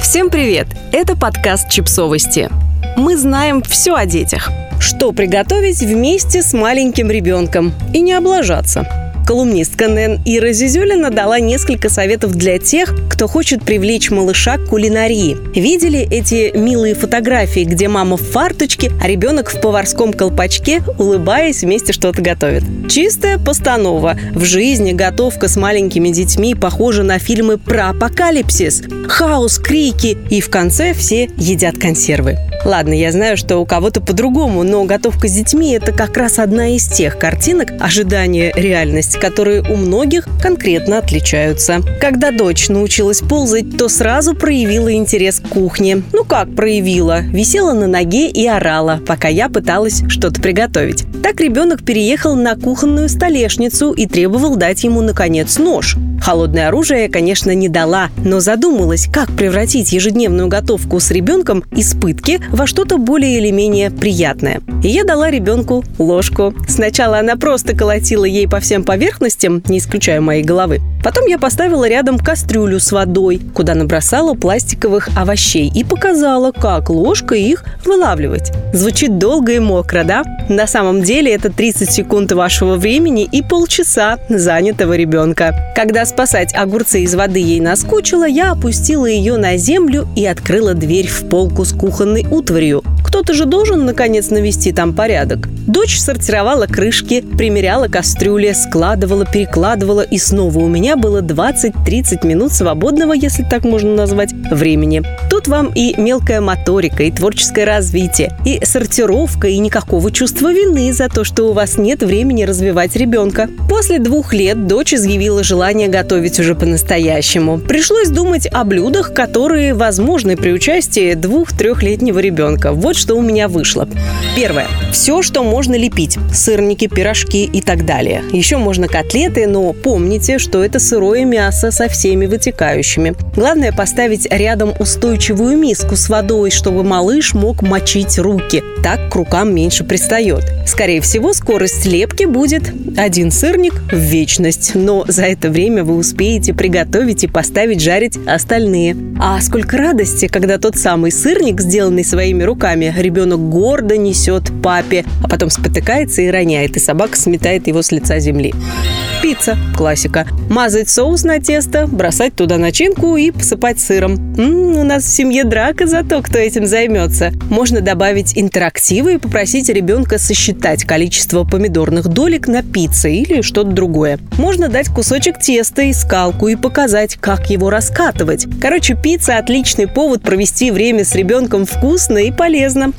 Всем привет! Это подкаст «Чипсовости». Мы знаем все о детях. Что приготовить вместе с маленьким ребенком и не облажаться. Колумнистка Нэн Ира Зизюлина дала несколько советов для тех, кто хочет привлечь малыша к кулинарии. Видели эти милые фотографии, где мама в фарточке, а ребенок в поварском колпачке, улыбаясь, вместе что-то готовит? Чистая постанова. В жизни готовка с маленькими детьми похожа на фильмы про апокалипсис. Хаос, крики, и в конце все едят консервы. Ладно, я знаю, что у кого-то по-другому, но готовка с детьми – это как раз одна из тех картинок ожидания реальности, которые у многих конкретно отличаются. Когда дочь научилась ползать, то сразу проявила интерес к кухне. Ну как проявила? Висела на ноге и орала, пока я пыталась что-то приготовить. Так ребенок переехал на кухонную столешницу и требовал дать ему, наконец, нож. Холодное оружие я, конечно, не дала, но задумалась, как превратить ежедневную готовку с ребенком из пытки во что-то более или менее приятное. И я дала ребенку ложку. Сначала она просто колотила ей по всем поверхностям, не исключая моей головы. Потом я поставила рядом кастрюлю с водой, куда набросала пластиковых овощей и показала, как ложкой их вылавливать. Звучит долго и мокро, да? На самом деле это 30 секунд вашего времени и полчаса занятого ребенка. Когда спасать огурцы из воды ей наскучило, я опустила ее на землю и открыла дверь в полку с кухонной утварью. Кто-то же должен, наконец, навести там порядок. Дочь сортировала крышки, примеряла кастрюли, складывала, перекладывала, и снова у меня было 20-30 минут свободного, если так можно назвать, времени. Тут вам и мелкая моторика, и творческое развитие, и сортировка, и никакого чувства вины за то, что у вас нет времени развивать ребенка. После 2 лет дочь изъявила желание готовить уже по-настоящему. Пришлось думать о блюдах, которые возможны при участии 2-3-летнего ребенка. Вот что у меня вышло. Первое. Все, что можно лепить. Сырники, пирожки и так далее. Еще можно котлеты, но помните, что это сырое мясо со всеми вытекающими. Главное поставить рядом устойчивую миску с водой, чтобы малыш мог мочить руки. Так к рукам меньше пристает. Скорее всего, скорость лепки будет 1 сырник в вечность. Но за это время вы успеете приготовить и поставить жарить остальные. А сколько радости, когда тот самый сырник, сделанный своими руками, ребенок гордо несет папе, а потом спотыкается и роняет, и собака сметает его с лица земли. Пицца. Классика. Мазать соус на тесто, бросать туда начинку и посыпать сыром. У нас в семье драка за то, кто этим займется. Можно добавить интерактивы и попросить ребенка сосчитать количество помидорных долек на пицце или что-то другое. Можно дать кусочек теста и скалку и показать, как его раскатывать. Короче, пицца – отличный повод провести время с ребенком вкусно и полезно.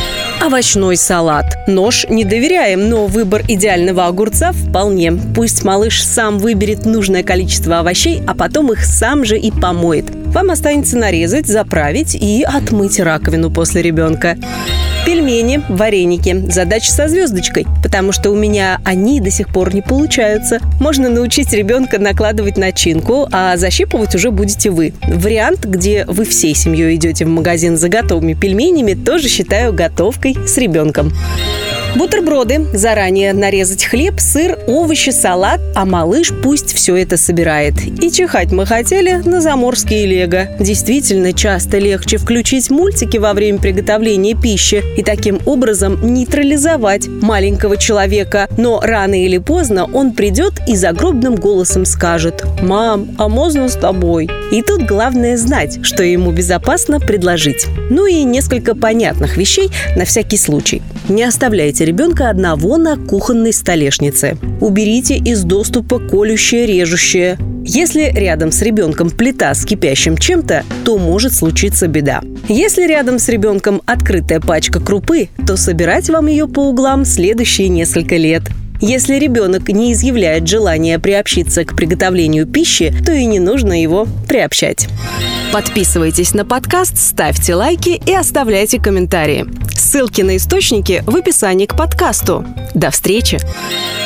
Овощной салат. Нож не доверяем, но выбор идеального огурца вполне. Пусть малыш сам выберет нужное количество овощей, а потом их сам же и помоет. Вам останется нарезать, заправить и отмыть раковину после ребенка. Пельмени, вареники. Задача со звездочкой, потому что у меня они до сих пор не получаются. Можно научить ребенка накладывать начинку, а защипывать уже будете вы. Вариант, где вы всей семьей идете в магазин за готовыми пельменями, тоже считаю готовкой с ребенком. Бутерброды. Заранее нарезать хлеб, сыр, овощи, салат, а малыш пусть все это собирает. И чихать мы хотели на заморские лего. Действительно, часто легче включить мультики во время приготовления пищи и таким образом нейтрализовать маленького человека. Но рано или поздно он придет и загробным голосом скажет: «Мам, а можно с тобой?» И тут главное знать, что ему безопасно предложить. Ну и несколько понятных вещей на всякий случай. Не оставляйте ребенка одного на кухонной столешнице. Уберите из доступа колющее, режущее. Если рядом с ребенком плита с кипящим чем-то, то может случиться беда. Если рядом с ребенком открытая пачка крупы, то собирать вам ее по углам следующие несколько лет. Если ребенок не изъявляет желания приобщиться к приготовлению пищи, то и не нужно его приобщать. Подписывайтесь на подкаст, ставьте лайки и оставляйте комментарии. Ссылки на источники в описании к подкасту. До встречи!